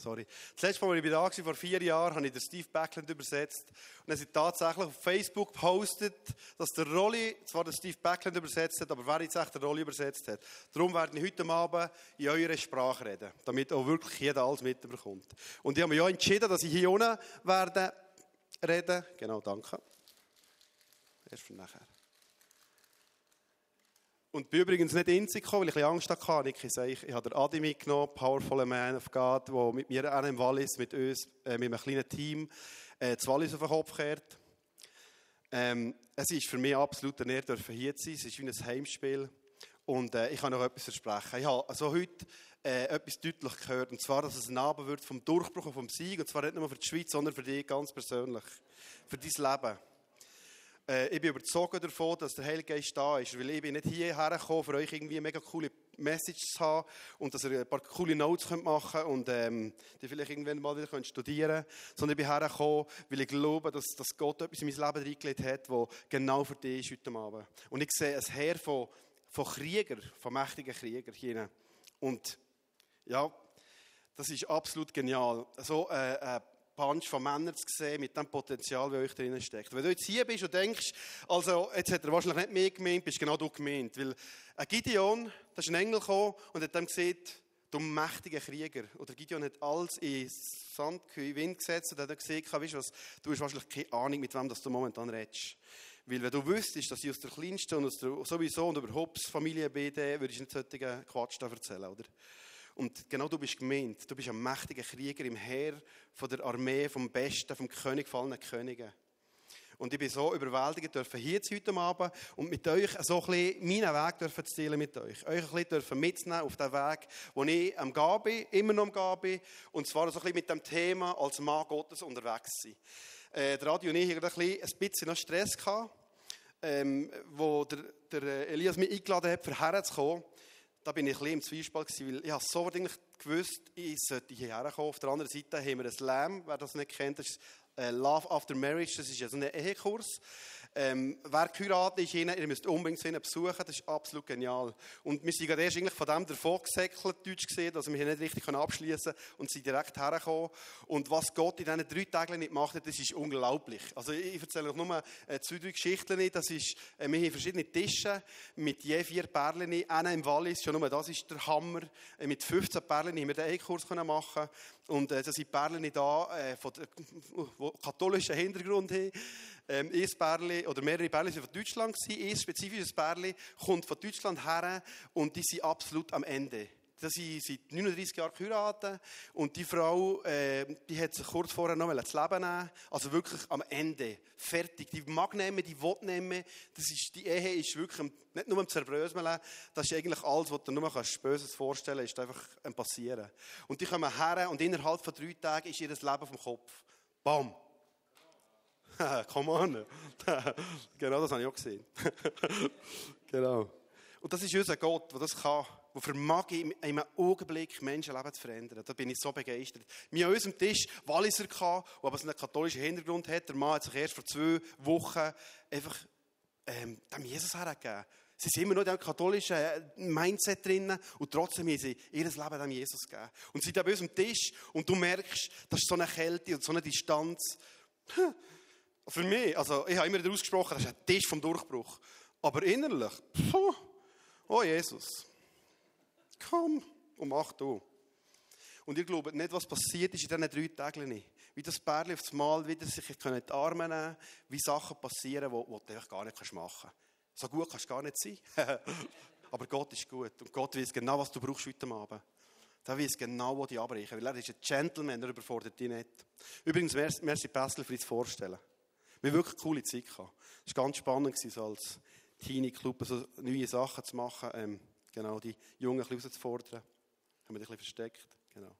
Sorry. Das letzte Mal, als ich da war, vor 4 Jahren, habe ich den Steve Backlund übersetzt. Und er hat tatsächlich auf Facebook gepostet, dass der Rolli zwar den Steve Backlund übersetzt hat, aber wer jetzt echt den Rolli übersetzt hat. Darum werde ich heute Abend in eurer Sprache reden, damit auch wirklich jeder alles mitbekommt. Und ich habe mich ja entschieden, dass ich hier unten werde reden. Genau, danke. Erst von nachher. Und bin übrigens nicht einzig gekommen, weil ich ein bisschen Angst hatte. Ich habe den Adi mitgenommen, Powerful Man of God, der mit mir auch im Wallis, mit uns, mit einem kleinen Team, das Wallis auf den Kopf kehrt. Es ist für mich absolut eine Ehre, hier zu sein. Es ist wie ein Heimspiel. Und ich kann noch etwas versprechen. Ich habe also heute etwas deutlich gehört. Und zwar, dass es ein Abend wird vom Durchbruch und vom Sieg. Und zwar nicht nur für die Schweiz, sondern für dich ganz persönlich. Für dein Leben. Ich bin überzeugt davon, dass der Heilige Geist da ist, weil ich bin nicht hierher gekommen, für euch irgendwie eine mega coole Message zu haben und dass ihr ein paar coole Notes machen könnt und die vielleicht irgendwann mal wieder studieren könnt, sondern ich bin hergekommen, weil ich glaube, dass Gott etwas in mein Leben reingelegt hat, das genau für dich ist heute Abend. Und ich sehe ein Heer von Kriegern, von mächtigen Kriegern hier. Und ja, das ist absolut genial. So Punch von Männern zu sehen, mit dem Potenzial, das euch drin steckt. Wenn du jetzt hier bist und denkst, also jetzt hat er wahrscheinlich nicht mehr gemeint, bist genau du gemeint. Weil ein Gideon, da ist ein Engel gekommen und hat dem gesagt, du mächtiger Krieger. Oder Gideon hat alles in Sand, in Wind gesetzt und hat dann gesagt, weißt du was, du hast wahrscheinlich keine Ahnung, mit wem du momentan redest. Weil wenn du wüsstest, dass ich aus der kleinsten und aus der sowieso und überhaupt Familie bin, würdest du nicht solchen Quatsch da erzählen, oder? Und genau du bist gemeint. Du bist ein mächtiger Krieger im Heer von der Armee, vom Besten, vom König von allen Königen. Und ich bin so überwältigt, dürfen hier zu heute Abend und mit euch so ein bisschen meinen Weg dürfen zu teilen mit euch. Euch ein bisschen dürfen mitnehmen auf den Weg, wo ich am Gehen bin, immer noch am Gehen bin. Und zwar so ein bisschen mit dem Thema als Mann Gottes unterwegs sein. Der Adi und ich hatten ein bisschen noch Stress gehabt, wo der Elias mich eingeladen hat, für herzukommen. Da bin ich ein bisschen im Zwiespalt gewesen, weil ich habe sofort gewusst, ich sollte hierher kommen. Auf der anderen Seite haben wir ein LAM, wer das nicht kennt, das ist Love After Marriage, das ist ja so ein Ehekurs. Wer geheiratet ist, ihr müsst unbedingt ihn besuchen, das ist absolut genial. Und wir sind gerade erst von dem davon gesäckelt, deutsch gesehen, dass wir hier nicht richtig abschließen können und sind direkt hergekommen. Und was Gott in diesen 3 Tagen nicht gemacht hat, das ist unglaublich. Also ich erzähle euch nur 2, 3 Geschichten. Das ist, wir haben verschiedene Tische mit je 4 Perlen, einer im Wallis, schon nur das ist der Hammer. Mit 15 Perlen haben wir den Kurs machen. Und da sind Perlen da, die katholischen Hintergrund haben. Ein Pärchen oder mehrere Pärchen sind von Deutschland gewesen. Ein spezifisches Pärchen kommt von Deutschland her und die sind absolut am Ende. Sie sind seit 39 Jahren geheiratet und die Frau, die hat sich kurz vorher noch das Leben nehmen. Also wirklich am Ende. Fertig. Die mag nehmen, die will nehmen. Die Ehe ist wirklich nicht nur am Zerbröseln. Das ist eigentlich alles, was du nur Böses vorstellen kannst, ist einfach am Passieren. Und die kommen her und innerhalb von 3 Tagen ist ihr Leben vom Kopf. Bam. Come on. Genau, das habe ich auch gesehen. Genau. Und das ist unser Gott, der das kann, der vermag in einem Augenblick Menschenleben zu verändern. Da bin ich so begeistert. Wir haben an unserem Tisch Walliser gehabt, der aber einen katholischen Hintergrund hat. Der Mann hat sich erst vor 2 Wochen einfach dem Jesus hergegeben. Sie sind immer noch in diesem katholischen Mindset drin und trotzdem haben sie ihr Leben dem Jesus gegeben. Und sie sind bei unserem Tisch und du merkst, das ist so eine Kälte und so eine Distanz. Für mich, also ich habe immer wieder ausgesprochen, das ist ein Tisch vom Durchbruch. Aber innerlich, oh Jesus, komm und mach du. Und ihr glaubt nicht, was passiert ist in diesen 3 Tagen. Wie das Pärchen auf das Mal wieder sich in die Arme nehmen, wie Sachen passieren, die du einfach gar nicht machen kannst. So gut kannst du gar nicht sein. Aber Gott ist gut und Gott weiß genau, was du brauchst heute Abend. Er weiß genau, wo die abbrechen. Weil er ist ein Gentleman, er überfordert dich nicht. Übrigens, merci Pässl für das Vorstellen. Wir haben wirklich eine coole Zeit gehabt. Es war ganz spannend, so als Teenie-Club so neue Sachen zu machen. Genau, die Jungen ein bisschen herauszufordern. Haben wir dich ein bisschen versteckt. Genau.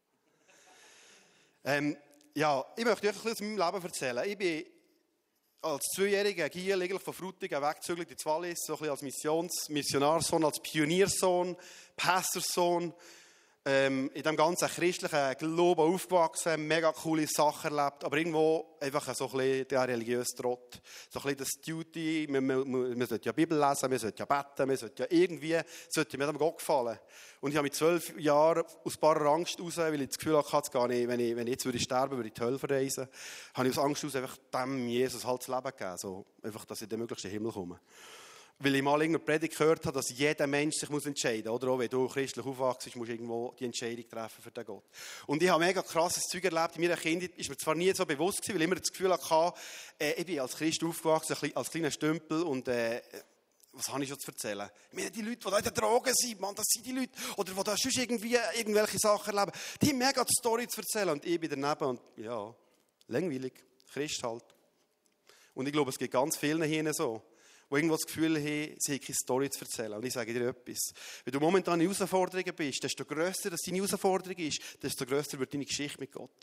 Ja, ich möchte euch ein bisschen aus meinem Leben erzählen. Ich bin als 2-Jähriger hier eigentlich von Frutigen weggezügelt in Wallis, so ein bisschen als Missionarsohn, als Pioniersohn, Pastorssohn. in diesem ganzen christlichen Glauben aufgewachsen, mega coole Sachen erlebt, aber irgendwo einfach so ein bisschen der religiöse Trott. So ein bisschen das Duty, man sollte ja Bibel lesen, man sollte ja beten, man sollte ja irgendwie, sollte mir dem Gott gefallen. Und ich habe mit 12 Jahren aus barer Angst raus, weil ich das Gefühl hatte, gar nicht, wenn ich jetzt würde sterben, würde ich die Hölle verreisen, habe ich aus Angst raus einfach dem Jesus halt das Leben gegeben, so, einfach, dass ich in den möglichsten Himmel komme. Weil ich mal irgendeine Predigt gehört habe, dass jeder Mensch sich entscheiden muss. Oder auch wenn du christlich aufwachst, musst du irgendwo die Entscheidung treffen für den Gott. Und ich habe mega krasses Zeug erlebt. In meiner Kindheit ist mir zwar nie so bewusst gewesen, weil ich immer das Gefühl hatte, ich bin als Christ aufgewachsen, als kleiner Stümpel und was habe ich schon zu erzählen? Ich meine, die Leute, die da in den Drogen sind, Mann, das sind die Leute, oder die da sonst irgendwelche Sachen erleben, die haben mega die Story zu erzählen und ich bin daneben und ja, langweilig, Christ halt. Und ich glaube, es gibt ganz vielen hier so, die irgendwo das Gefühl haben, sie haben keine Story zu erzählen. Und ich sage dir etwas. Wenn du momentan in Herausforderungen bist, desto grösser dass deine Herausforderung ist, desto grösser wird deine Geschichte mit Gott.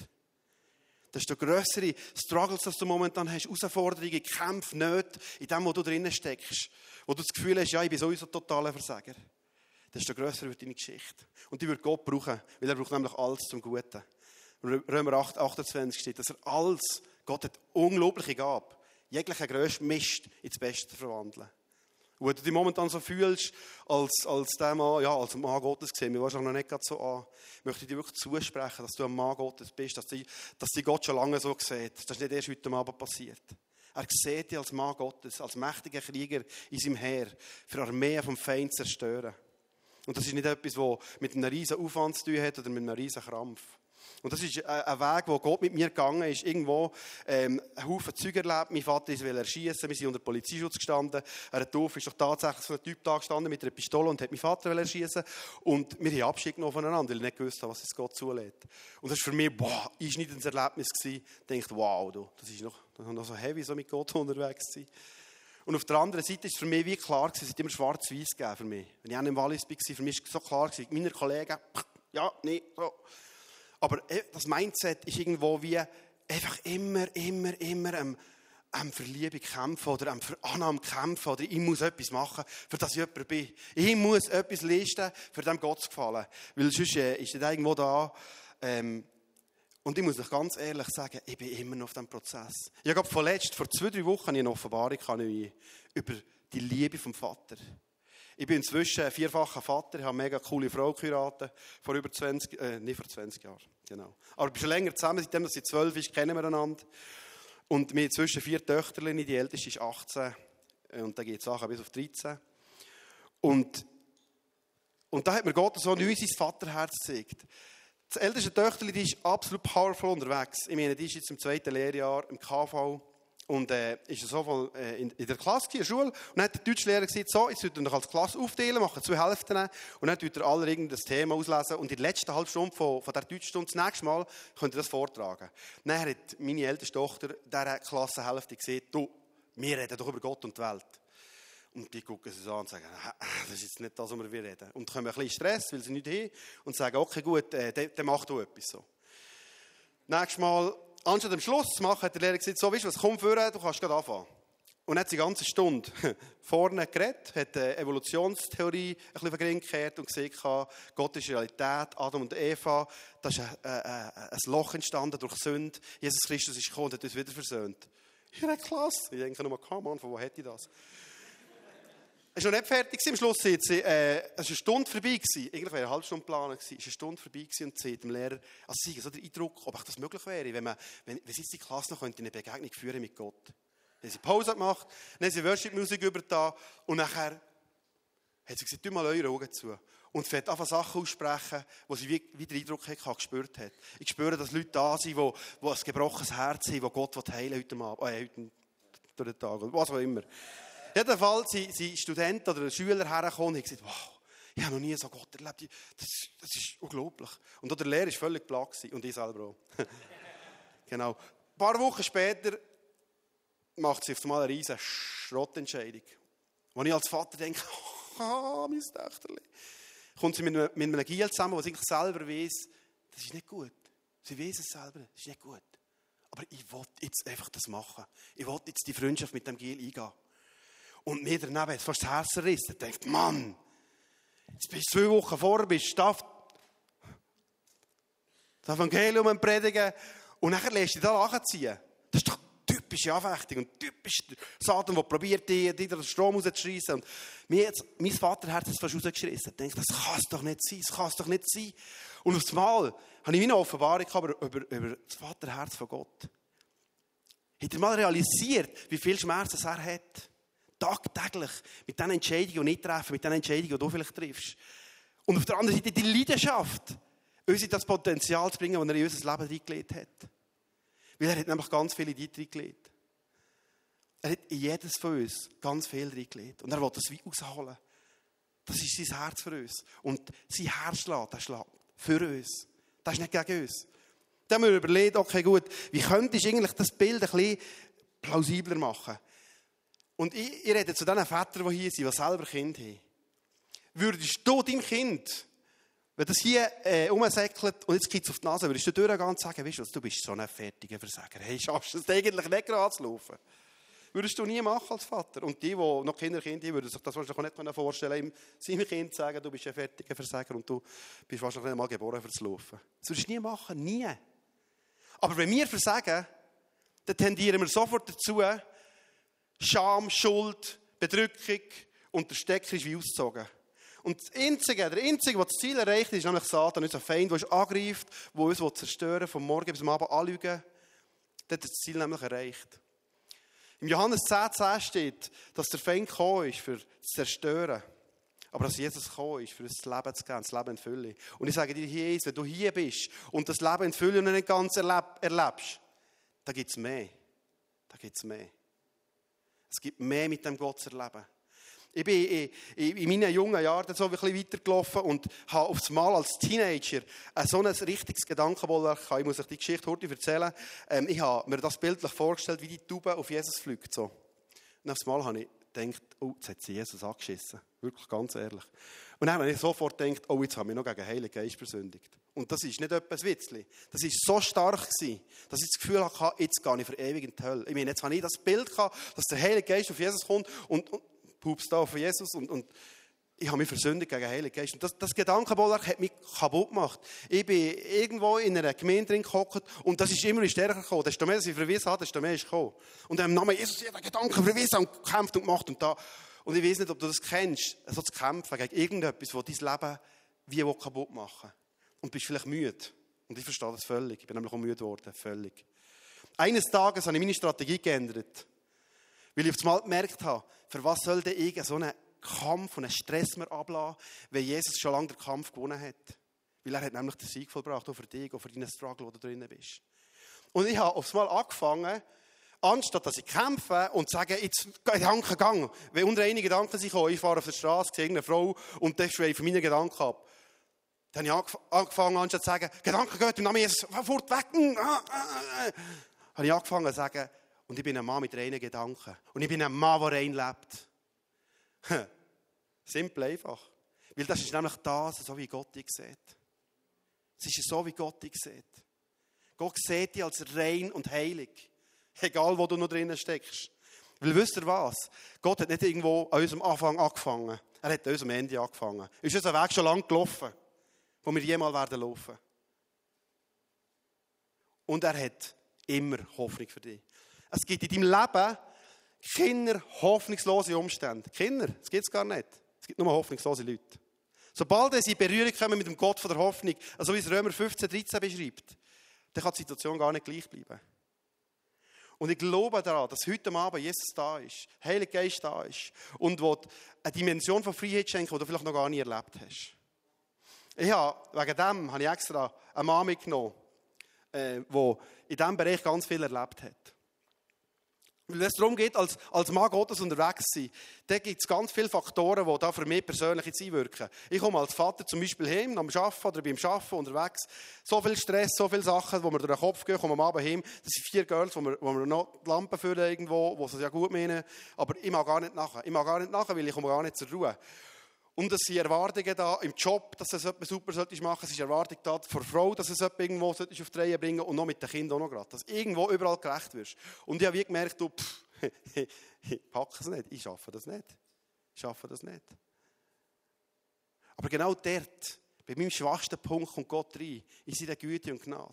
Desto grössere Struggles, dass du momentan hast, Herausforderungen, Kämpfe, Nöte, in dem, wo du drinnen steckst, wo du das Gefühl hast, ja, ich bin sowieso ein totaler Versager, desto grösser wird deine Geschichte. Und die wird Gott brauchen, weil er braucht nämlich alles zum Guten. Römer 8, 28 steht, dass er alles, Gott hat unglaubliche Gabe, jeglichen grössten Mist ins Beste verwandeln. Und wenn du dich momentan so fühlst, als der Mann, ja, als Mann Gottes gesehen, mir wahrscheinlich noch nicht gerade so an, möchte ich dir wirklich zusprechen, dass du ein Mann Gottes bist, dass dich Gott schon lange so sieht. Das ist nicht erst heute Abend passiert. Er sieht dich als Mann Gottes, als mächtiger Krieger in seinem Heer, für Armeen vom Feind zu zerstören. Und das ist nicht etwas, das mit einem riesen Aufwand zu tun hat oder mit einem riesen Krampf. Und das ist ein Weg, wo Gott mit mir gegangen ist. Irgendwo einen Haufen Zeug erlebt. Mein Vater will erschießen. Wir sind unter Polizeischutz gestanden. Er hat ist doch tatsächlich so ein Typ da gestanden mit einer Pistole und hat meinen Vater erschießen. Und wir haben Abschied genommen voneinander, weil ich nicht gewusst habe, was es Gott zulässt. Und das war für mich, einschneidendes Erlebnis gewesen. Ich dachte, wow, das ist noch so heavy, so mit Gott unterwegs zu sein. Und auf der anderen Seite ist es für mich wie klar gewesen, es hat immer schwarz-weiß gegeben für mich. Wenn ich auch im Wallis war, für mich war es so klar gewesen, meine Kollegen, ja, nee, so. Aber das Mindset ist irgendwo wie einfach immer für Liebe kämpfen oder für Annahme kämpfen oder ich muss etwas machen, für das ich jemand bin. Ich muss etwas leisten, für dem Gott zu gefallen. Weil sonst ist er irgendwo da. Und ich muss euch ganz ehrlich sagen, ich bin immer noch auf diesem Prozess. Ich habe vor 2-3 Wochen eine Offenbarung über die Liebe vom Vater. Ich bin inzwischen ein 4-facher Vater, ich habe eine mega coole Frau geheiratet, vor über 20 Jahren, genau. Aber schon länger zusammen, seitdem sie 12 ist, kennen wir einander. Und wir haben inzwischen 4 Töchterchen, die älteste ist 18 und dann geht es Sachen bis auf 13. Und da hat mir Gott so neu sein Vaterherz gezeigt. Das älteste Töchterchen, die ist absolut powerful unterwegs. Ich meine, die ist jetzt im 2. Lehrjahr im KV. Und ist so in der Klasse, in der Schule. Und dann hat der Deutschlehrer gesagt, so, jetzt tut er noch als Klasse aufteilen, machen 2 Hälften. Und dann tut er alle irgendein Thema auslesen. Und in der letzten halben Stunde von der Deutschstunde, das nächste Mal, könnt ihr das vortragen. Dann hat meine älteste Tochter dieser Klassenhälfte gesagt, du, wir reden doch über Gott und die Welt. Und die gucken sie an und sagen, das ist jetzt nicht das, was wir reden. Und dann kommen ein bisschen Stress, weil sie nicht hin und sagen, okay, gut, dann mach du etwas so. Nächstes Mal, anstatt am Schluss zu machen, hat der Lehrer gesagt, so, weißt du was, komm vorne, du kannst gerade anfangen. Und dann hat sie die ganze Stunde vorne geredet, hat die Evolutionstheorie ein bisschen vergekehrt und gesagt, Gott ist Realität, Adam und Eva, da ist ein Loch entstanden durch Sünde, Jesus Christus ist gekommen und hat uns wieder versöhnt. Ja, klasse. Ich denke nur, come on, von wo hätte ich das? Es war noch nicht fertig. Am Schluss war es eine Stunde vorbei. Eigentlich wäre eine halbe Stunde geplant. Es war eine Stunde vorbei und sie hat dem Lehrer so den Eindruck, ob das möglich wäre, wenn sie jetzt die Klasse noch in eine Begegnung führen mit Gott. Dann haben sie Pause gemacht, dann haben sie Worship-Musik übertan und nachher hat sie gesagt, tu mal eure Augen zu. Und sie hat einfach Sachen aussprechen, die sie wie den Eindruck gespürt hat. Ich spüre, dass Leute da sind, die ein gebrochenes Herz haben, die Gott heilen heute durch den Tag, was auch immer. Jedenfalls sind Studenten oder Schüler hergekommen und haben gesagt, wow, ich habe noch nie so Gott erlebt. Das ist unglaublich. Und auch der Lehrer war völlig platt und ich selber auch. Genau. Ein paar Wochen später macht sie auf einmal eine riesige Schrottentscheidung. Wo ich als Vater denke, mein Töchterchen. Kommt sie mit einem Giel zusammen, der eigentlich selber weiss, das ist nicht gut. Sie weiss es selber, das ist nicht gut. Aber ich will jetzt einfach das machen. Ich will jetzt die Freundschaft mit dem Giel eingehen. Und mir daneben hat es fast das Herz zerrissen. Ich dachte, Mann, jetzt bist du 2 Wochen vorher, bist du das Evangelium predigen und nachher lässt du dich da nachziehen. Das ist doch typische Anfechtung und typisch Satan, der probiert, dir den Strom rauszuschreissen. Und mein Vaterherz hat es fast rausgeschissen. Ich denke, das kann es doch nicht sein, das kann es doch nicht sein. Und auf einmal habe ich eine Offenbarung über das Vaterherz von Gott. Hat er mal realisiert, wie viel Schmerz er hat? Tagtäglich. Mit den Entscheidungen, die ich treffe, mit den Entscheidungen, die du vielleicht triffst. Und auf der anderen Seite die Leidenschaft, uns in das Potenzial zu bringen, das er in unser Leben reingelegt hat. Weil er hat nämlich ganz viel in dich reingelegt. Er hat in jedes von uns ganz viel reingelegt. Und er will das wie rausholen. Das ist sein Herz für uns. Und sein Herz schlägt, der schlägt für uns. Das ist nicht gegen uns. Dann haben wir überlegt, okay gut, wie könntest du eigentlich das Bild ein bisschen plausibler machen? Und ich rede zu den Vätern, die hier sind, die selber Kinder haben. Würdest du deinem Kind, wenn das hier rumsäckelt und jetzt geht es auf die Nase, würdest du durchgehen und sagen, weißt du bist so ein fertiger Versager. Hey, schaffst du es eigentlich nicht gerade zu laufen? Würdest du nie machen als Vater. Und die noch Kinder haben, würden sich das wahrscheinlich nicht vorstellen, seinem Kind sagen, du bist ein fertiger Versager und du bist wahrscheinlich nicht mal geboren für das Laufen. Das würdest du nie machen, nie. Aber wenn wir versagen, dann tendieren wir sofort dazu, Scham, Schuld, Bedrückung und der Stecker ist wie ausgezogen. Und der Einzige, der das Ziel erreicht, ist nämlich Satan, unser Feind, der uns angreift, der uns zerstören will, vom Morgen bis am Abend anlügen. Der hat das Ziel nämlich erreicht. Im Johannes 10,10 steht, dass der Feind gekommen ist, für zu zerstören. Aber dass Jesus gekommen ist, für uns das Leben zu geben, das Leben in Fülle. Und ich sage dir hier, wenn du hier bist und das Leben in Fülle noch nicht ganz erlebst, da gibt es mehr. Da gibt es mehr. Es gibt mehr mit dem Gott zu erleben. Ich bin in meinen jungen Jahren so ein bisschen weitergelaufen und habe auf einmal als Teenager so ein richtiges Gedankenbollwerk gehabt. Ich muss euch die Geschichte heute erzählen. Ich habe mir das bildlich vorgestellt, wie die Taube auf Jesus fliegt. So. Und auf einmal habe ich gedacht, oh, jetzt hat sie Jesus angeschissen. Wirklich, ganz ehrlich. Und dann habe ich sofort gedacht, oh, jetzt habe ich noch gegen den Heiligen Geist versündigt. Und das ist nicht etwas Witzli. Das war so stark, dass ich das Gefühl hatte, jetzt gehe ich für ewig in die Hölle. Ich meine, jetzt habe ich das Bild gehabt, dass der Heilige Geist auf Jesus kommt und pupst da auf Jesus und ich habe mich versündigt gegen den Heiligen Geist. Und das Gedankenbollwerk hat mich kaputt gemacht. Ich bin irgendwo in einer Gemeinde drin gehockt und das ist immer stärker gekommen. Desto mehr, dass ich verwiesen habe, desto mehr ist gekommen. Und im Namen Jesus, ich habe den Gedanken verwiesen und gekämpft und gemacht und da. Und ich weiß nicht, ob du das kennst, so zu kämpfen gegen irgendetwas, das dein Leben wie kaputt machen will. Und bist vielleicht müde. Und ich verstehe das völlig. Ich bin nämlich auch müde geworden, völlig. Eines Tages habe ich meine Strategie geändert. Weil ich auf einmal gemerkt habe, für was soll denn ich so einen Kampf und einen Stress mehr ablassen, wenn Jesus schon lange den Kampf gewonnen hat. Weil er hat nämlich den Sieg vollbracht, auch für dich, auch für deinen Struggle, wo du drinnen bist. Und ich habe auf einmal angefangen, anstatt dass ich kämpfe und sage, jetzt Gedankengang. Wenn unter einige Gedanken sind, ich fahre auf der Straße, sehe irgendeine Frau und das schweife meine Gedanken ab. Dann habe ich angefangen, anstatt zu sagen, Gedanken geht im Namen Jesus, fort weg. Habe ich angefangen zu sagen, und ich bin ein Mann mit reinen Gedanken. Und ich bin ein Mann, der rein lebt. Simpel einfach. Weil das ist nämlich das, so wie Gott dich sieht. Es ist so, wie Gott dich sieht. Gott sieht dich als rein und heilig. Egal, wo du noch drinnen steckst. Weil wisst ihr was? Gott hat nicht irgendwo an unserem Anfang angefangen. Er hat an unserem Ende angefangen. Ist unser Weg schon lange gelaufen, wo wir jemals werden laufen. Und er hat immer Hoffnung für dich. Es gibt in deinem Leben keine hoffnungslose Umstände. Kinder, das gibt es gar nicht. Es gibt nur hoffnungslose Leute. Sobald sie in Berührung kommen mit dem Gott von der Hoffnung, also wie es Römer 15,13 beschreibt, dann kann die Situation gar nicht gleich bleiben. Und ich glaube daran, dass heute Abend Jesus da ist, Heiliger Geist da ist und will eine Dimension von Freiheit schenken, die du vielleicht noch gar nie erlebt hast. Wegen dem habe ich extra eine Mann mitgenommen, die in diesem Bereich ganz viel erlebt hat. Weil es darum geht, als Mann Gottes unterwegs zu sein, da gibt es ganz viele Faktoren, die da für mich persönlich jetzt einwirken. Ich komme als Vater zum Beispiel heim, am Arbeiten oder beim Arbeiten unterwegs. So viel Stress, so viele Sachen, die mir durch den Kopf gehen, komme am Abend heim. Das sind 4 Girls, wo wir noch die Lampen füllen irgendwo, die es ja gut meinen. Aber ich mag gar nicht nachher. Weil ich komme gar nicht zur Ruhe. Und es sind Erwartungen da im Job, dass du etwas super machen solltest. Es ist Erwartung da von der Frau, dass du es irgendwo auf die Reihe bringen und noch mit den Kindern auch noch gerade. Dass du irgendwo überall gerecht wirst. Und ich habe gemerkt, ich packe es nicht, ich schaffe das nicht. Aber genau dort Bei meinem schwachsten Punkt kommt Gott rein, in seine Güte und Gnade.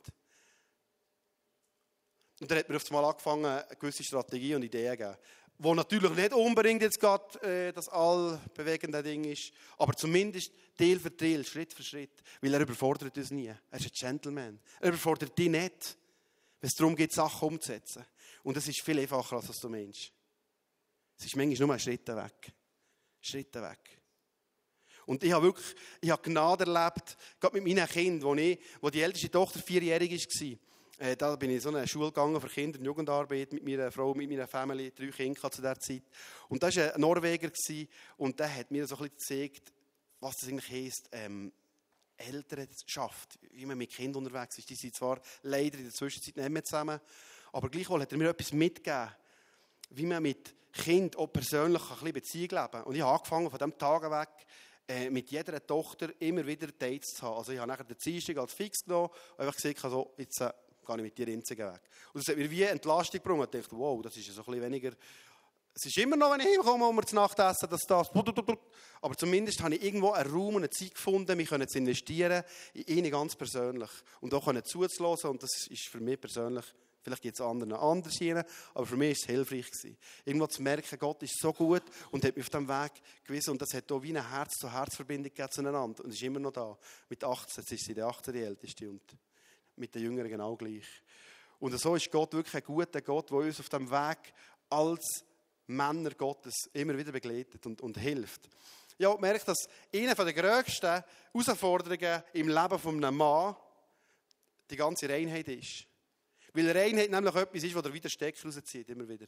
Und dann hat mir auf einmal angefangen, eine gewisse Strategie und Ideen zu geben. Wo natürlich nicht unbedingt jetzt gerade das allbewegende Ding ist, aber zumindest Teil für Teil, Schritt für Schritt. Weil er überfordert uns nie. Er ist ein Gentleman. Er überfordert dich nicht, wenn es darum geht, Sachen umzusetzen. Und das ist viel einfacher, als du meinst. Es ist manchmal nur ein Schritt weg. Schritte weg. Und ich habe Gnade erlebt, gerade mit meinen Kindern, wo die älteste Tochter 4-jährig war. Da bin ich in so eine Schule gegangen für Kinder- und Jugendarbeit mit meiner Frau, mit meiner Familie, 3 Kinder zu dieser Zeit. Und da war ein Norweger und der hat mir so ein bisschen gezeigt, was das eigentlich heisst, Elternschaft, wie man mit Kindern unterwegs ist. Die sind zwar leider in der Zwischenzeit nicht mehr zusammen, aber gleichwohl hat er mir etwas mitgegeben, wie man mit Kindern auch persönlich ein bisschen Beziehung leben kann. Und ich habe angefangen, von diesem Tag weg, mit jeder Tochter immer wieder Dates zu haben. Also ich habe nachher den Dienstag als fix genommen und einfach gesagt, also, jetzt gehe ich mit dir einzigen weg. Und das hat mir wie Entlastung gebracht. Ich dachte, wow, das ist so ein bisschen weniger. Es ist immer noch, wenn ich heimkomme und wir zu Nacht essen, das. Aber zumindest habe ich irgendwo einen Raum und eine Zeit gefunden, mich zu investieren in ihn ganz persönlich. Und auch zuzulassen. Und das ist für mich persönlich, vielleicht gibt es anderen anders hier, aber für mich war es hilfreich gewesen. Irgendwo zu merken, Gott ist so gut und hat mich auf diesem Weg gewiesen. Und das hat auch wie eine Herz-zu-Herz-Verbindung zueinander. Und ist immer noch da. Mit 18, jetzt ist sie der 18 die Älteste und mit den Jüngeren genau gleich. Und so ist Gott wirklich ein guter Gott, der uns auf dem Weg als Männer Gottes immer wieder begleitet und hilft. Ich habe gemerkt, dass eine der grössten Herausforderungen im Leben von einem Mann die ganze Reinheit ist. Weil Reinheit nämlich etwas ist, was der wieder Stecker rauszieht, immer wieder.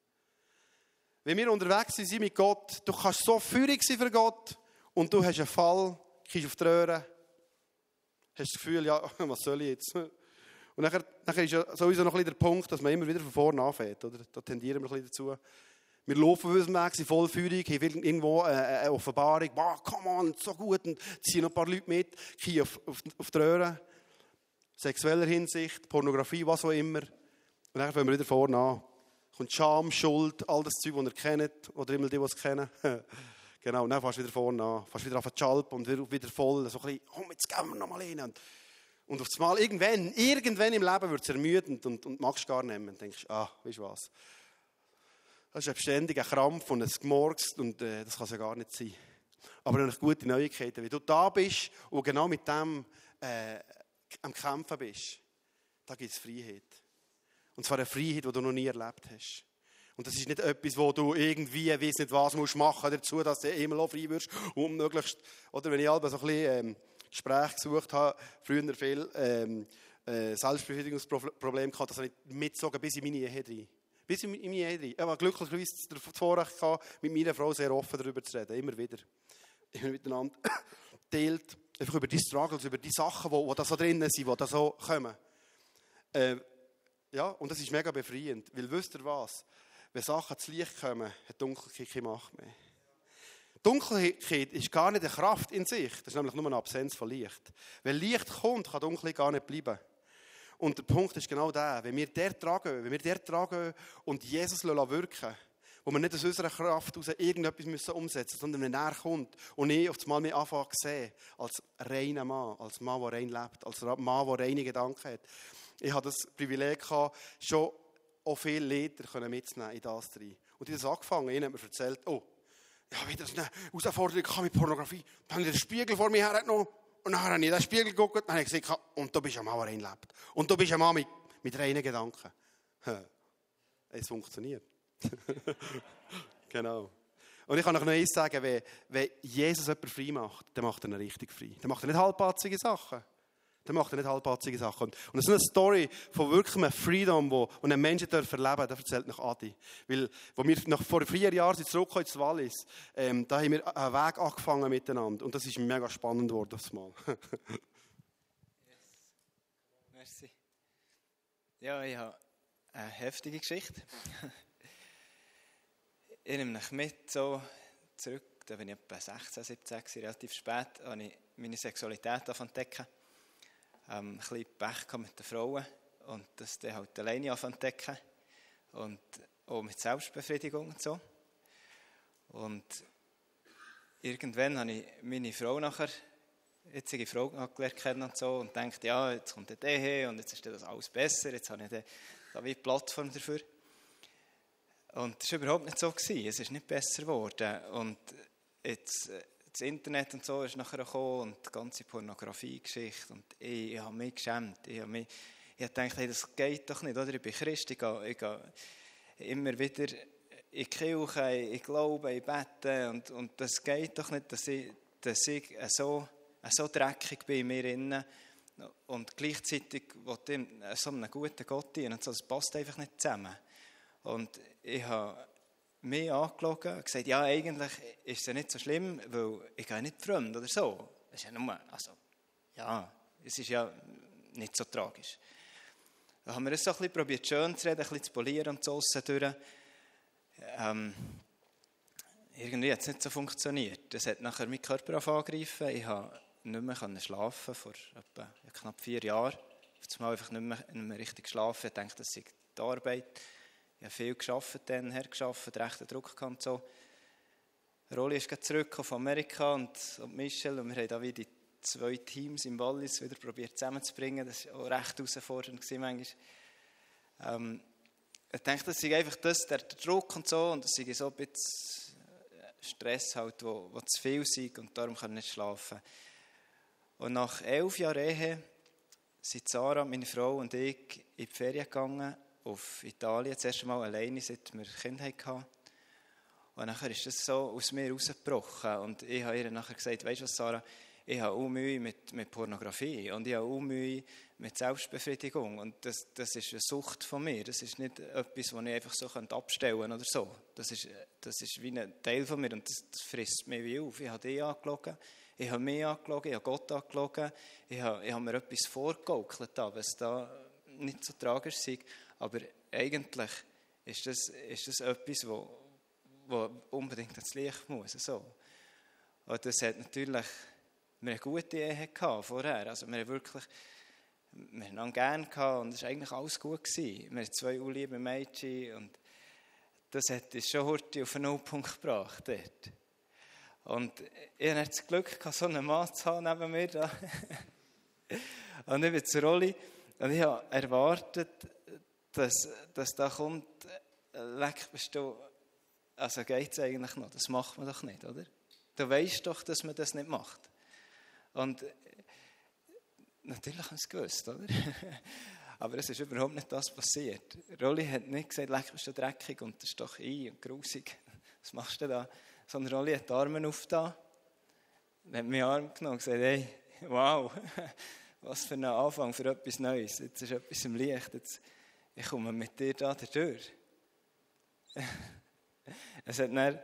Wenn wir unterwegs sind mit Gott, du kannst so feurig sein für Gott und du hast einen Fall, kriegst auf die Röhre, hast das Gefühl, ja, was soll ich jetzt? Und nachher ist ja sowieso noch ein bisschen der Punkt, dass man immer wieder von vorne anfängt. Oder? Da tendieren wir ein bisschen dazu. Wir laufen auf unserem Weg, sind voll feurig, haben irgendwo eine Offenbarung, wow, come on, so gut, und ziehen noch ein paar Leute mit, gehen auf die Röhre, sexueller Hinsicht, Pornografie, was auch immer. Und dann fangen wir wieder vorne an. Kommt Scham, Schuld, all das Zeug, das ihr kennt, oder immer die es kennen. Genau, und dann fährst du wieder vorne an, fährst wieder auf die Schalpe und wieder voll, so ein bisschen, oh, jetzt gehen wir noch mal rein. Und auf einmal, irgendwann im Leben wird es ermüdend und magst gar nicht mehr. Und denkst, weißt du was, das ist ein beständiger Krampf und ein Gemurks und das kann es ja gar nicht sein. Aber eine gute Neuigkeiten, wenn du da bist und genau mit dem am Kämpfen bist, da gibt es Freiheit. Und zwar eine Freiheit, die du noch nie erlebt hast. Und das ist nicht etwas, wo du irgendwie, weiss nicht was, musst machen dazu, dass du immer auch frei wirst. Und möglichst, oder wenn ich halt so ein bisschen Gespräche gesucht habe, früher viel Selbstbefriedigungsprobleme gehabt, das habe ich mitgezogen bis in meine Ehe rein. Bis in meine Ehe rein. Ich habe glücklicherweise das Vorrecht gehabt, mit meiner Frau sehr offen darüber zu reden. Immer wieder. Immer miteinander teilt. Einfach über die Struggles, über die Sachen, die da so drinnen sind, die da so kommen. Ja, und das ist mega befreiend. Weil wisst ihr was? Wenn Sachen zu Licht kommen, hat Dunkelheit keine Macht mehr. Dunkelheit ist gar nicht eine Kraft in sich. Das ist nämlich nur eine Absenz von Licht. Wenn Licht kommt, kann Dunkelheit gar nicht bleiben. Und der Punkt ist genau der, wenn wir dort tragen und Jesus wirken lassen, wo wir nicht aus unserer Kraft heraus irgendetwas umsetzen müssen, sondern wenn er kommt und ich auf einmal mehr anfange zu sehen, als reiner Mann, als Mann, der rein lebt, als Mann, der reine Gedanken hat. Ich hatte das Privileg gehabt, schon auch viele Leiter mitzunehmen in das rein. Und ich habe das angefangen, ihnen hat mir erzählt, ja, wieder eine Herausforderung mit Pornografie. Dann habe ich den Spiegel vor mir hergenommen und dann habe ich in den Spiegel geguckt und dann habe ich gesagt, und du bist ein Mann, der rein lebt. Und du bist ein Mann mit reinen Gedanken. Es funktioniert. Genau. Und ich kann euch noch eins sagen, wenn Jesus jemanden frei macht, dann macht er ihn richtig frei. Dann macht er nicht halbpatzige Sachen. Und das ist eine Story von wirklich einem Freedom, wo ein Mensch erleben darf, das erzählt nach Adi. Weil, als wir vor 4 Jahren zurückgekommen ins Wallis, da haben wir einen Weg angefangen miteinander. Und das ist mega spannend geworden, das Mal. Yes. Merci. Ja, ich habe eine heftige Geschichte. Ich nehme mich mit so zurück, da bin ich etwa 16, 17, relativ spät, habe ich meine Sexualität entdecken. Ein bisschen Pech mit den Frauen und das dann halt alleine entdecken und auch mit Selbstbefriedigung und so. Und irgendwann habe ich meine Frau nachher jetzige Frau gelernt kennen und so und denkt, ja, jetzt kommt der her und jetzt ist das alles besser, jetzt habe ich da wie eine Plattform dafür. Und das war überhaupt nicht so gewesen. Es ist nicht besser geworden. Und jetzt, das Internet und so ist nachher gekommen und die ganze Pornografie-Geschichte. Und ich habe mich geschämt. Ich habe gedacht, hey, das geht doch nicht. Oder? Ich bin Christ, ich gehe immer wieder in die Kirche, ich glaube, ich bete. Und das geht doch nicht, dass ich so dreckig bin in mir innen und gleichzeitig will ich so einem guten Gott dienen. Das passt einfach nicht zusammen. Und ich habe mich angeschaut und gesagt, ja, eigentlich ist es ja nicht so schlimm, weil ich gehe nicht fremd oder so. Es ist ja nur, es ist ja nicht so tragisch. Da haben wir es so ein bisschen probiert, schön zu reden, ein bisschen zu polieren und so durch. Irgendwie hat es nicht so funktioniert. Das hat nachher meinen Körper angegriffen. Ich konnte nicht mehr schlafen, vor etwa knapp 4 Jahren. Auf einmal einfach nicht mehr richtig geschlafen. Ich dachte, das sei die Arbeit. Ich habe viel gearbeitet, rechten Druck gehabt und so. Rolli ist zurück auf Amerika und Michel und wir haben da wieder die 2 Teams im Wallis wieder probiert zusammenzubringen. Das war auch recht herausfordernd manchmal. Ich denke, das sei einfach der Druck und so und das sei so ein bisschen Stress halt, wo zu viel sei und darum kann ich nicht schlafen. Und nach 11 Jahren Ehe sind Sarah, meine Frau und ich in die Ferien gegangen auf Italien, das erste Mal alleine, seit wir Kinder hatten. Und nachher ist das so aus mir rausgebrochen. Und ich habe ihr nachher gesagt, weisst du was, Sarah, ich habe auch Mühe mit Pornografie und ich habe auch Mühe mit Selbstbefriedigung. Und das ist eine Sucht von mir. Das ist nicht etwas, das ich einfach so abstellen könnte oder so. Das ist wie ein Teil von mir und das frisst mich wie auf. Ich habe dich angeschaut, ich habe mich angeschaut, ich habe Gott angeschaut, ich habe mir etwas vorgegaukelt, was da nicht so tragisch ist. Aber eigentlich ist das etwas, wo unbedingt ins Licht muss. So. Und das hat natürlich, wir eine gute Ehe gehabt vorher. Also wir haben einander gerne gehabt und es war eigentlich alles gut gewesen. Wir hatten 2 liebe Mädchen und das hat uns schon heute auf einen Nullpunkt gebracht dort. Und ich hatte das Glück gehabt, so einen Mann zu haben neben mir da. Und ich bin zur Rolli und ich habe erwartet, dass da kommt, leck bist du, also geht es eigentlich noch, das macht man doch nicht, oder? Du weisst doch, dass man das nicht macht. Und natürlich haben sie es gewusst, oder? Aber es ist überhaupt nicht das passiert. Rolli hat nicht gesagt, leck bist du dreckig und das ist doch und grusig. Was machst du da? Sondern Rolli hat die Arme aufgetan, hat meinen Arm genommen und gesagt, hey, wow, was für ein Anfang für etwas Neues. Jetzt ist etwas im Licht, ich komme mit dir da durch. Es hat dann,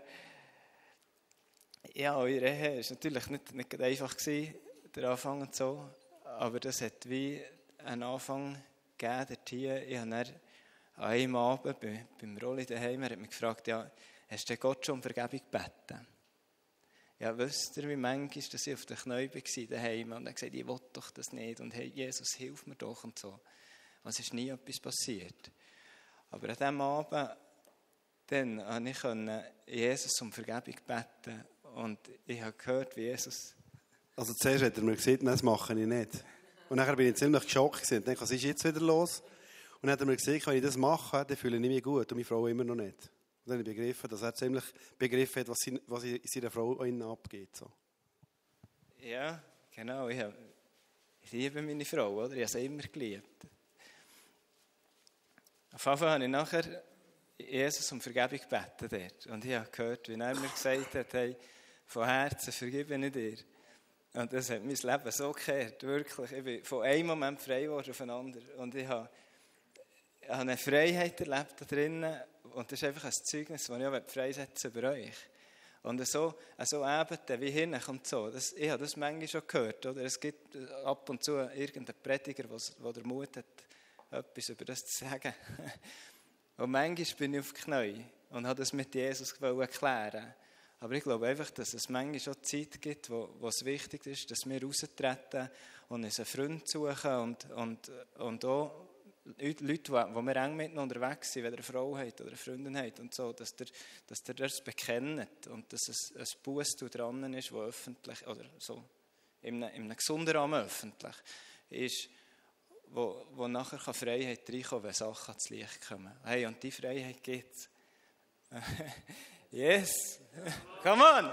ja, eure Ehe war natürlich nicht einfach gewesen, der Anfang und so, aber das hat wie einen Anfang gegeben dort hier. Ich habe dann an einem Abend beim Rolli daheim, er hat mich gefragt, ja, hast du Gott schon um Vergebung gebeten? Ja, wisst ihr, wie manchmal, dass ich auf den Knien war daheim und er gesagt, ich will doch das nicht und hey, Jesus, hilf mir doch und so. Und es ist nie etwas passiert. Aber an diesem Abend, dann konnte ich Jesus um Vergebung beten und ich habe gehört, wie Jesus... Also zuerst hat er mir gesagt, nein, das mache ich nicht. Und nachher bin ich ziemlich geschockt und dachte, was ist jetzt wieder los? Und dann hat er mir gesagt, wenn ich das mache, dann fühle ich mich gut und meine Frau immer noch nicht. Und dann habe ich begriffen, dass er ziemlich begriffen hat, was in seiner Frau abgeht. So. Ja, genau. Ich liebe meine Frau, oder? Ich habe sie immer geliebt. Auf jeden Fall habe ich nachher Jesus um Vergebung gebeten dort. Und ich habe gehört, wie er mir gesagt hat, hey, von Herzen vergebe ich dir. Und das hat mein Leben so gekehrt, wirklich. Ich bin von einem Moment frei geworden auf einen anderen. Und ich habe eine Freiheit erlebt da drinnen. Und das ist einfach ein Zeugnis, das ich auch freisetzen über euch. Und so eben wie hin und so. Ich habe das manchmal schon gehört. Oder? Es gibt ab und zu irgendeinen Prediger, der den Mut hat, etwas über das zu sagen. Und manchmal bin ich auf die Knie und habe das mit Jesus erklären. Aber ich glaube einfach, dass es manchmal schon Zeit gibt, wo es wichtig ist, dass wir raustreten und uns einen Freund suchen und auch Leute, die wir eng miteinander unterwegs sind, wenn ihr eine Frau habt oder eine Freundin habt und so, dass ihr das bekennt und dass es ein Buß dran ist, das öffentlich oder so in einem gesunden Rahmen öffentlich, ist, wo nachher Freiheit reinkommen kann, wenn Sachen ans Licht kommen. Hey, und die Freiheit gibt es. Yes! Come on!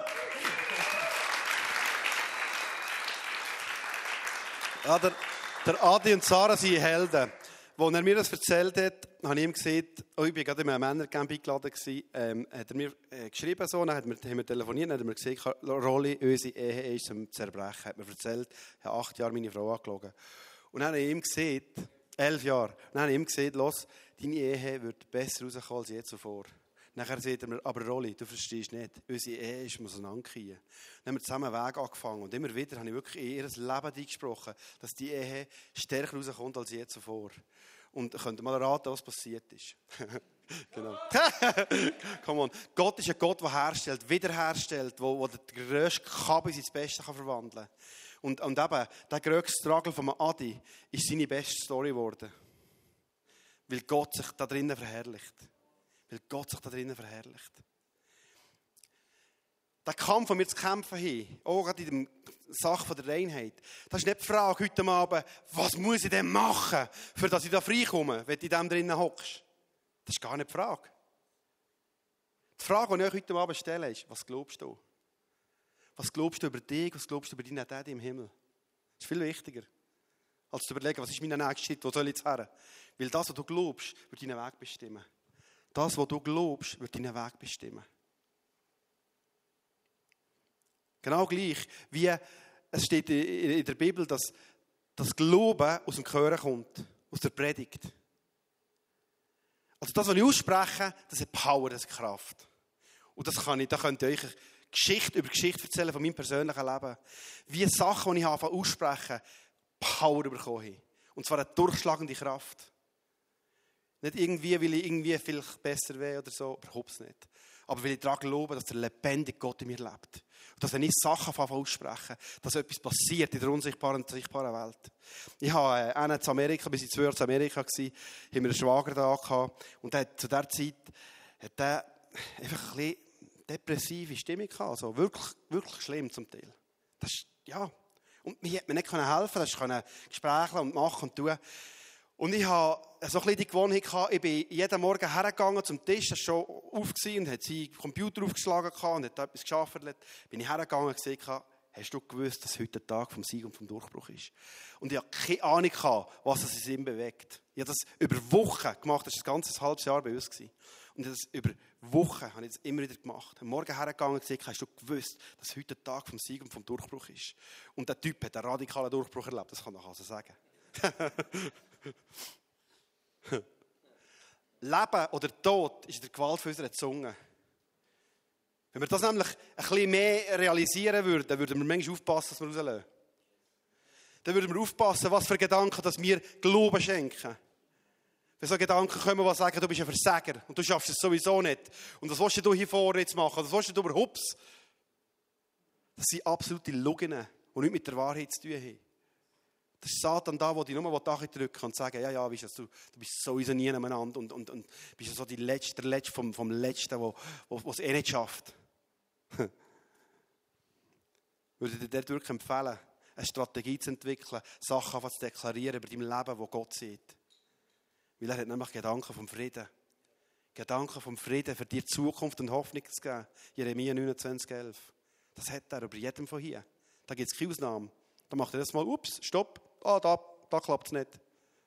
Ja, der Adi und Sarah sind Helden. Als er mir das erzählt hat, habe ich ihm gesagt, ich war gerade in einem Männercamp eingeladen, hat er mir geschrieben, so, dann haben wir telefoniert, dann hat er mir gesagt, Rolli, unsere Ehe ist zum Zerbrechen. Hat mir erzählt, ich habe 8 Jahre meine Frau angelogen. Und dann habe ich ihm gesagt, 11 Jahre, dann habe ich ihm gesagt, los, deine Ehe wird besser rauskommen als je zuvor. Nachher sagt er mir, aber Rolli, du verstehst nicht, unsere Ehe ist auseinandergefallen. Dann haben wir zusammen einen Weg angefangen und immer wieder habe ich wirklich in ihr Leben eingesprochen, dass die Ehe stärker rauskommt als je zuvor. Und könnt ihr mal raten, was passiert ist. Genau. Come on. Gott ist ein Gott, der herstellt, wiederherstellt, der den grössten Kabel ins Beste verwandeln kann. Und eben, der grösste Struggle von Adi ist seine beste Story geworden. Weil Gott sich da drinnen verherrlicht. Weil Gott sich da drinnen verherrlicht. Der Kampf, den wir zu kämpfen haben, auch gerade in der Sache der Reinheit, das ist nicht die Frage heute Abend, was muss ich denn machen, für dass ich da freikomme, wenn du in dem drinnen hockst. Das ist gar nicht die Frage. Die Frage, die ich euch heute Abend stelle, ist, was glaubst du? Was glaubst du über dich, was glaubst du über deinen Daddy im Himmel? Das ist viel wichtiger, als zu überlegen, was ist mein nächster Schritt, wo soll ich jetzt her? Weil das, was du glaubst, wird deinen Weg bestimmen. Das, was du glaubst, wird deinen Weg bestimmen. Genau gleich, wie es steht in der Bibel, dass das Glauben aus dem Hören kommt, aus der Predigt. Also das, was ich ausspreche, das hat Power, das hat Kraft. Und da könnt ihr euch Geschichte erzählen von meinem persönlichen Leben. Wie Sachen, die ich ausspreche, Power bekommen haben. Und zwar eine durchschlagende Kraft. Nicht irgendwie, weil ich irgendwie vielleicht besser wäre oder so, überhaupt nicht. Aber weil ich daran glaube, dass der lebendige Gott in mir lebt. Und dass wenn ich Sachen ausspreche, dass etwas passiert in der unsichtbaren und sichtbaren Welt. Ich habe in Amerika, bis ich 2 Jahre in Amerika war, haben wir einen Schwager da gehabt. Und zu dieser Zeit hat er einfach ein bisschen depressive Stimmung gehabt. Also wirklich, wirklich schlimm zum Teil. Das ist, ja. Und mir konnte nicht helfen, das konnte Gespräche und machen und tun. Und ich hatte so ein bisschen die Gewohnheit gehabt, ich bin jeden Morgen hergegangen zum Tisch, das war schon auf und hat seinen Computer aufgeschlagen und hat da etwas geschafft. Bin ich hergegangen und gesagt, hast du gewusst, dass heute der Tag vom Sieg und vom Durchbruch ist? Und ich hatte keine Ahnung gehabt, was es in ihm bewegt. Ich habe das über Wochen gemacht, das war ein ganzes halbes Jahr bei uns. Und das über Wochen habe ich das immer wieder gemacht. Am Morgen hergegangen und gesagt, hast du gewusst, dass heute der Tag vom Sieg und vom Durchbruch ist? Und der Typ hat einen radikalen Durchbruch erlebt, das kann ich also sagen. Leben oder Tod ist in der Gewalt unserer Zunge. Wenn wir das nämlich ein bisschen mehr realisieren würden, dann würden wir manchmal aufpassen, dass wir rauslassen. Dann würden wir aufpassen, was für Gedanken dass wir Glauben schenken. Wenn so Gedanken kommen, die sagen, du bist ein Versager und du schaffst es sowieso nicht. Und was willst du hier vorne jetzt machen? Was willst du überhaupt? Das sind absolute Lügen, die nichts mit der Wahrheit zu tun haben. Das ist Satan da, der dich nur drücken und sagen, ja, weißt du bist sowieso nie nebeneinander und bist so der Letzte vom Letzten, der es eh nicht schafft. Würde ich dir dort wirklich empfehlen, eine Strategie zu entwickeln, Sachen zu deklarieren über dein Leben, wo Gott sieht. Weil er hat nämlich Gedanken vom Frieden. Gedanken vom Frieden, für dir Zukunft und Hoffnung zu geben. Jeremia 29,11. Das hat er über jedem von hier. Da gibt es keine Ausnahme. Da macht er das mal, ups, stopp, da klappt es nicht.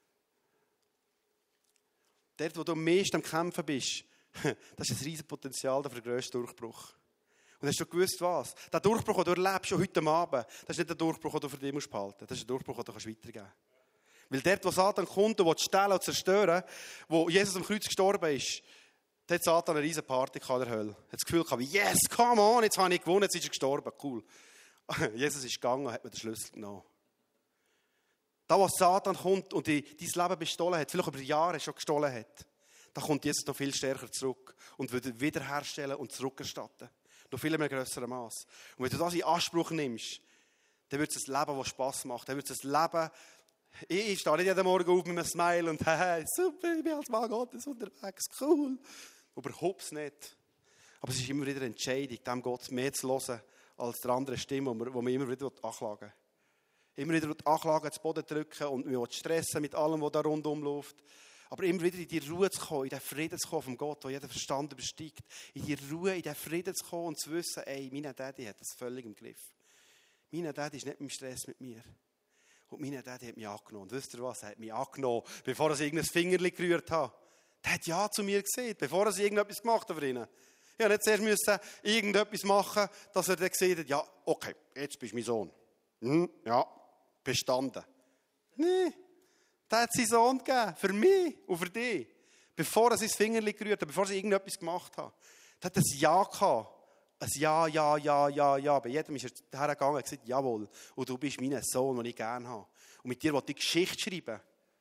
Dort, wo du am meisten am Kämpfen bist, das ist ein riesiges Potenzial für den grössten Durchbruch. Und hast du gewusst, was? Der Durchbruch, den du erlebst, schon heute Abend, das ist nicht der Durchbruch, den du für dich behalten musst. Das ist der Durchbruch, den du weitergeben kannst. Weil dort, wo Satan kommt und stehlen und zerstören, wo Jesus am Kreuz gestorben ist, da hat Satan eine riesige Party in der Hölle. Hat das Gefühl gehabt, yes, come on, jetzt habe ich gewonnen, jetzt ist er gestorben, cool. Jesus ist gegangen und hat mir den Schlüssel genommen. Da, wo Satan kommt und dein Leben bestohlen hat, vielleicht über Jahre schon gestohlen hat, da kommt Jesus noch viel stärker zurück und wird wiederherstellen und zurückerstatten. Noch viel mehr grösseren Maß. Und wenn du das in Anspruch nimmst, dann wird es ein Leben, das Spass macht. Dann wird es ein Leben, ich stehe nicht jeden Morgen auf mit einem Smile und hey, super, ich bin als Mann Gottes unterwegs, cool. Überhaupt nicht. Aber es ist immer wieder eine Entscheidung, dem Gott mehr zu hören, als der andere Stimme, die man immer wieder anklagen will. Immer wieder die Anklagen zu Boden drücken und mich stressen mit allem, was da rundum läuft. Aber immer wieder in die Ruhe zu kommen, in den Frieden zu kommen von Gott, der jeden Verstand übersteigt. In die Ruhe, in den Frieden zu kommen und zu wissen, ey, mein Daddy hat das völlig im Griff. Mein Daddy ist nicht im Stress mit mir. Und mein Daddy hat mich angenommen. Und wisst ihr was? Er hat mich angenommen, bevor er irgendein Fingerchen gerührt hat. Der hat Ja zu mir gesagt, bevor er irgendetwas gemacht hat für ihn. Ich musste nicht zuerst irgendetwas machen, dass er dann gesagt hat, ja, okay, jetzt bist du mein Sohn. Ja, bestanden. Nein, der hat seinen Sohn gegeben, für mich und für dich. Bevor er sein Fingerchen gerührt hat, bevor er irgendetwas gemacht hat. Der hat ein Ja gehabt. Ein Ja. Bei jedem ist er hergegangen und gesagt, jawohl, und du bist mein Sohn, den ich gerne habe. Und mit dir will ich Geschichte schreiben.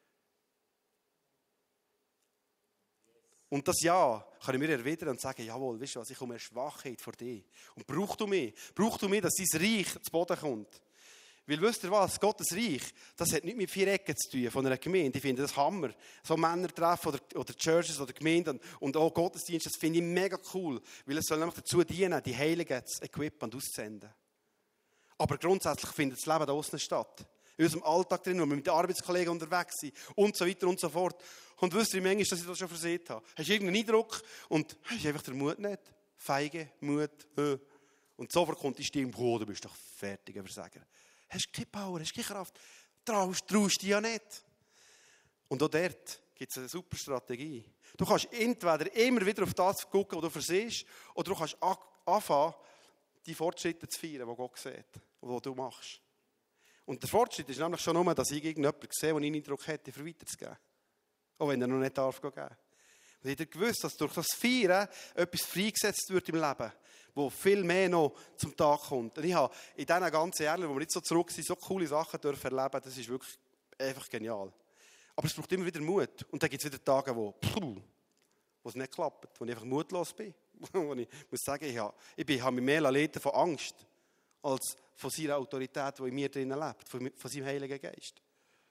Und das Ja kann ich mir erwidern und sagen, jawohl, weißt du was, ich komme eine Schwachheit vor dir. Und brauchst du mich, dass dein Reich zu Boden kommt. Weil wisst ihr was, Gottes Reich, das hat nicht mit 4 Ecken zu tun von einer Gemeinde. Ich finde das Hammer. So Männer treffen oder Churches oder Gemeinden und auch Gottesdienste, das finde ich mega cool. Weil es soll nämlich dazu dienen, die Heiligen zu equippen und auszusenden. Aber grundsätzlich findet das Leben da außen statt. In unserem Alltag drin, wo wir mit den Arbeitskollegen unterwegs sind und so weiter und so fort. Und wisst ihr, manchmal, dass ich das schon versehen habe. Hast du irgendeinen Eindruck und hast einfach den Mut nicht? Feige, Mut, Und sofort kommt die Stimme, du bist doch fertiger Versager. Hast du keine Power, hast du keine Kraft, traust dich ja nicht. Und auch dort gibt es eine super Strategie. Du kannst entweder immer wieder auf das gucken, was du versiehst, oder du kannst anfangen, die Fortschritte zu feiern, die Gott sieht, die du machst. Und der Fortschritt ist nämlich schon nur, dass ich irgendjemanden sehe, der einen Eindruck hätte, für weiterzugeben. Auch wenn er noch nicht geben darf. Und ich habe gewusst, dass durch das Feiern etwas freigesetzt wird im Leben, wo viel mehr noch zum Tag kommt. Und ich habe in diesen ganzen Jahren, wo wir nicht so zurück sind, so coole Sachen dürfen erleben, das ist wirklich einfach genial. Aber es braucht immer wieder Mut. Und dann gibt es wieder Tage, wo es nicht klappt, wo ich einfach mutlos bin. Wo ich muss sagen, ich habe mich mehr leiten von Angst, als von seiner Autorität, die in mir drinnen lebt, von seinem Heiligen Geist.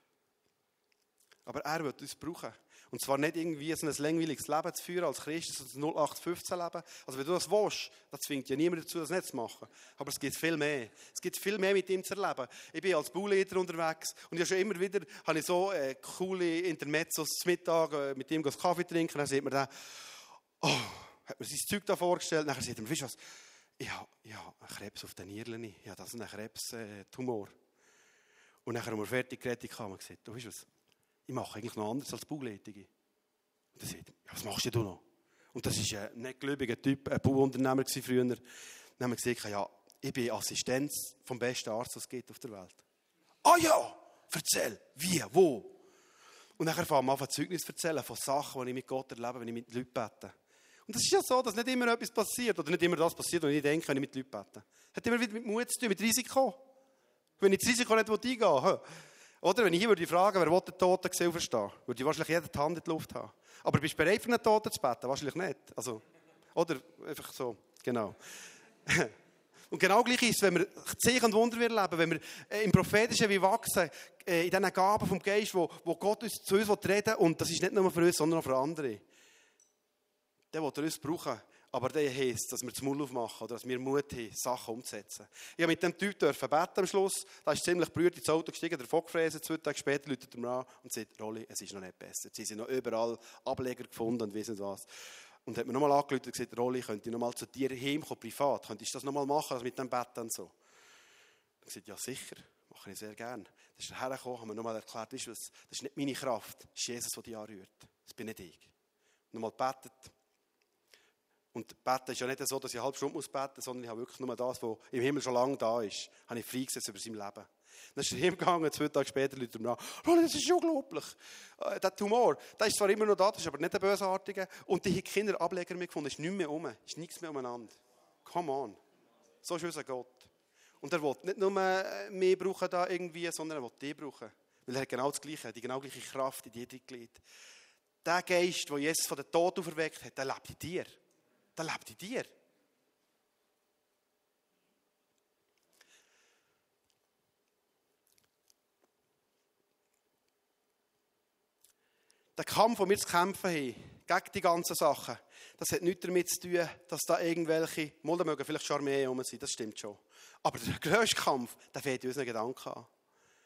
Aber er wird uns brauchen. Und zwar nicht irgendwie so ein langweiliges Leben zu führen als Christ, so ein 0815-Leben. Also wenn du das willst, das zwingt ja niemand dazu, das nicht zu machen. Aber es gibt viel mehr. Es gibt viel mehr mit ihm zu erleben. Ich bin als Bauleiter unterwegs und ich habe schon immer wieder so coole Intermezzos zum Mittag mit ihm Kaffee trinken. Dann sieht man dann, hat mir sein Zeug da vorgestellt. Dann sagt er mir, weißt du was, ich habe einen Krebs auf den Nieren. Ich habe das einen Krebstumor. Und dann haben wir fertig geredet und gesagt, du weißt was, ich mache eigentlich noch anders als Bauleitung. Und er sagt, ja, was machst du noch? Und das war ein nicht gläubiger Typ, ein Bauunternehmer früher. Dann haben wir gesagt, ja, ich bin Assistenz vom besten Arzt, was es gibt auf der Welt. Ah ja, erzähl, wie, wo? Und dann fangen wir an, Zeugnis zu erzählen von Sachen, die ich mit Gott erlebe, wenn ich mit Leuten bete. Und das ist ja so, dass nicht immer etwas passiert, oder nicht immer das passiert, was ich denke, wenn ich mit Leuten bete. Das hat immer wieder mit Mut zu tun, mit Risiko. Wenn ich das Risiko nicht eingehen will. Oder wenn ich hier würde fragen, wer will den Toten sehen, verstehen, würde ich wahrscheinlich jeder die Hand in die Luft haben. Aber bist du bereit, für einen Toten zu beten? Wahrscheinlich nicht. Also, oder einfach so, genau. Und genau gleich ist es, wenn wir Zeichen und Wunder erleben, wenn wir im Prophetischen wie wachsen, in diesen Gaben vom Geist, wo Gott zu uns reden will, und das ist nicht nur für uns, sondern auch für andere. Der will uns brauchen. Aber der heisst, dass wir das Maul aufmachen oder dass wir Mut haben, Sachen umzusetzen. Ich habe mit dem Typ beten am Schluss. Da ist ziemlich berührt ins Auto gestiegen, der vorgefräst. 2 Tage später läutet er mir an und sagt, Rolli, es ist noch nicht besser. Sie sind noch überall Ableger gefunden und wissen was. Und hat mir nochmal angerufen und gesagt, Rolli, könnte ich nochmal zu dir heimkommen, privat? Könntest du das nochmal machen, also mit dem Bett und so? Ich habe gesagt, ja sicher, mache ich sehr gerne. Dann ist er hergekommen, haben mir nochmal erklärt, weißt du was, das ist nicht meine Kraft, das ist Jesus, der dich anrührt. Das bin nicht ich. Nochmal gebetet. Und beten ist ja nicht so, dass ich eine halbe Stunde beten muss, sondern ich habe wirklich nur das, was im Himmel schon lange da ist, habe ich freigesetzt über sein Leben. Dann ist er hingegangen, 2 Tage später läutet er mir an, das ist unglaublich. Der Tumor, der ist zwar immer noch da, das ist aber nicht der Bösartige. Und die haben keine Ableger mehr gefunden, es ist nichts mehr um, es ist nichts mehr umeinander. Come on. So ist unser Gott. Und er will nicht nur mehr brauchen da irgendwie, sondern er will dich brauchen. Weil er hat genau das Gleiche, die genau gleiche Kraft in dir liegt. Der Geist, den Jesus von den Toten auferweckt hat, der lebt in dir. Der lebt in dir. Der Kampf, den wir zu kämpfen haben, gegen die ganzen Sachen, das hat nichts damit zu tun, dass da irgendwelche, mögen vielleicht Charmeen rum sind, das stimmt schon. Aber der grösste Kampf, der fängt in unseren Gedanken an.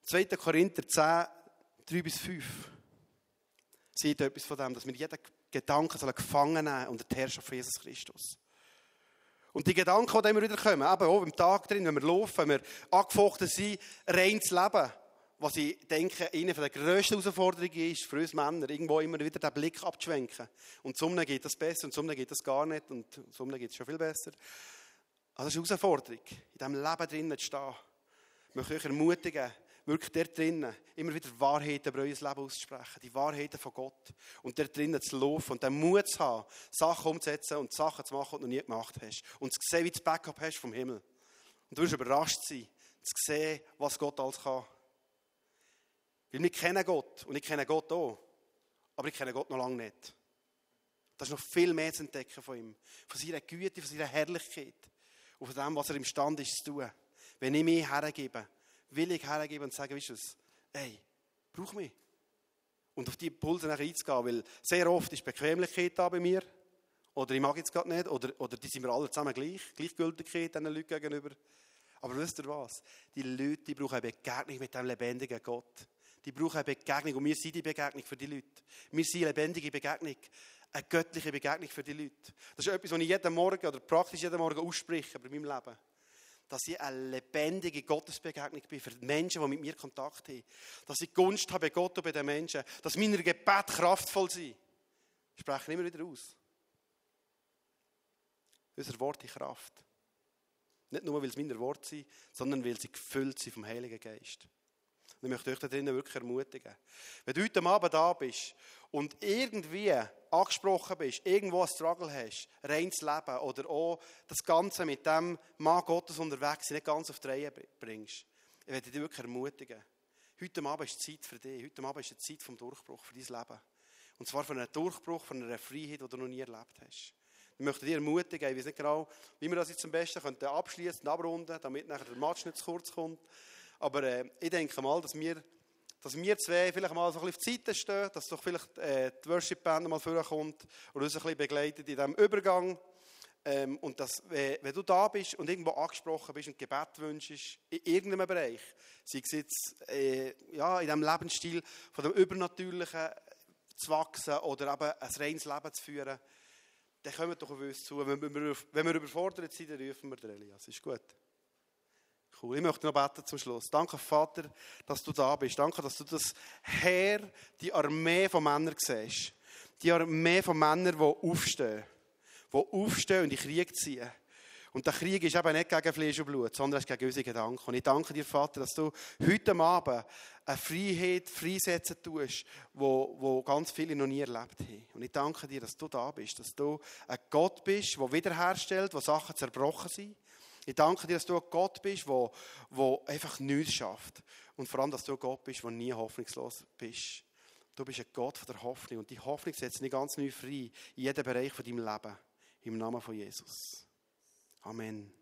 2. Korinther 10, 3-5. Sieht etwas von dem, dass wir jeden Gedanken gefangen nehmen unter die Herrschaft von Jesus Christus. Und die Gedanken, die immer wieder kommen, eben auch im Tag drin, wenn wir laufen, wenn wir angefochten sind, rein zu leben, was ich denke, eine der grössten Herausforderungen ist, für uns Männer, irgendwo immer wieder den Blick abzuschwenken. Und zum einen geht das besser und zum anderen geht das gar nicht und zum anderen geht es schon viel besser. Also das ist eine Herausforderung, in diesem Leben drinnen zu stehen. Ich möchte euch ermutigen, wirklich dort drinnen immer wieder Wahrheiten über euer Leben auszusprechen, die Wahrheiten von Gott. Und dort drinnen zu laufen und den Mut zu haben, Sachen umzusetzen und Sachen zu machen, die du noch nie gemacht hast. Und zu sehen, wie du das Backup hast vom Himmel. Und du wirst überrascht sein, zu sehen, was Gott alles kann. Weil wir kennen Gott und ich kenne Gott auch. Aber ich kenne Gott noch lange nicht. Da ist noch viel mehr zu entdecken von ihm. Von seiner Güte, von seiner Herrlichkeit. Und von dem, was er imstande ist zu tun. Wenn ich mich hergebe, will ich hergeben und sagen, weißt du was, ey, brauch mich. Und auf die Impulse nachher einzugehen, weil sehr oft ist Bequemlichkeit da bei mir. Oder ich mag jetzt gerade nicht. Oder die sind wir alle zusammen gleich. Gleichgültigkeit diesen Leuten gegenüber. Aber wisst ihr was? Die Leute, die brauchen eine Begegnung mit dem lebendigen Gott. Die brauchen eine Begegnung und wir sind die Begegnung für die Leute. Wir sind eine lebendige Begegnung, eine göttliche Begegnung für die Leute. Das ist etwas, was ich jeden Morgen oder praktisch jeden Morgen ausspreche bei meinem Leben. Dass ich eine lebendige Gottesbegegnung bin für die Menschen, die mit mir Kontakt haben. Dass ich Gunst habe bei Gott und bei den Menschen. Dass meine Gebete kraftvoll sind. Ich spreche immer wieder aus. Unser Wort hat Kraft. Nicht nur, weil es meine Worte sind, sondern weil sie gefüllt sind vom Heiligen Geist. Und ich möchte euch da drinnen wirklich ermutigen. Wenn du heute Abend da bist und irgendwie angesprochen bist, irgendwo ein Struggle hast, reines Leben oder auch das Ganze mit dem Mann Gottes unterwegs nicht ganz auf die Reihe bringst, ich möchte dich wirklich ermutigen. Heute Abend ist Zeit für dich. Heute Abend ist eine Zeit vom Durchbruch für dein Leben. Und zwar von einem Durchbruch, von einer Freiheit, die du noch nie erlebt hast. Ich möchte dich ermutigen, ich weiß nicht genau, wie wir das jetzt am besten abschließen und abrunden, damit nachher der Match nicht zu kurz kommt. Aber ich denke mal, dass wir zwei vielleicht mal so ein bisschen auf die Seite stehen, dass doch vielleicht die Worship-Band mal vorkommt und uns ein bisschen begleitet in diesem Übergang. Und dass, wenn du da bist und irgendwo angesprochen bist und Gebet wünschst, in irgendeinem Bereich, sei es jetzt in diesem Lebensstil von dem Übernatürlichen zu wachsen oder eben ein reines Leben zu führen, dann kommen doch auf uns zu. Wenn wir überfordert sind, dann rufen wir den Elias. Ist gut. Cool. Ich möchte noch beten zum Schluss. Danke, Vater, dass du da bist. Danke, dass du das Heer, die Armee von Männern siehst. Die Armee von Männern, die aufstehen und in den Krieg ziehen. Und der Krieg ist eben nicht gegen Fleisch und Blut, sondern es ist gegen unsere Gedanken. Und ich danke dir, Vater, dass du heute Abend eine Freiheit freisetzen tust, wo ganz viele noch nie erlebt haben. Und ich danke dir, dass du da bist, dass du ein Gott bist, der wiederherstellt, wo Sachen zerbrochen sind. Ich danke dir, dass du ein Gott bist, der einfach nichts schafft. Und vor allem, dass du ein Gott bist, der nie hoffnungslos bist. Du bist ein Gott von der Hoffnung. Und die Hoffnung setzt dich ganz neu frei in jedem Bereich von deinem Leben. Im Namen von Jesus. Amen.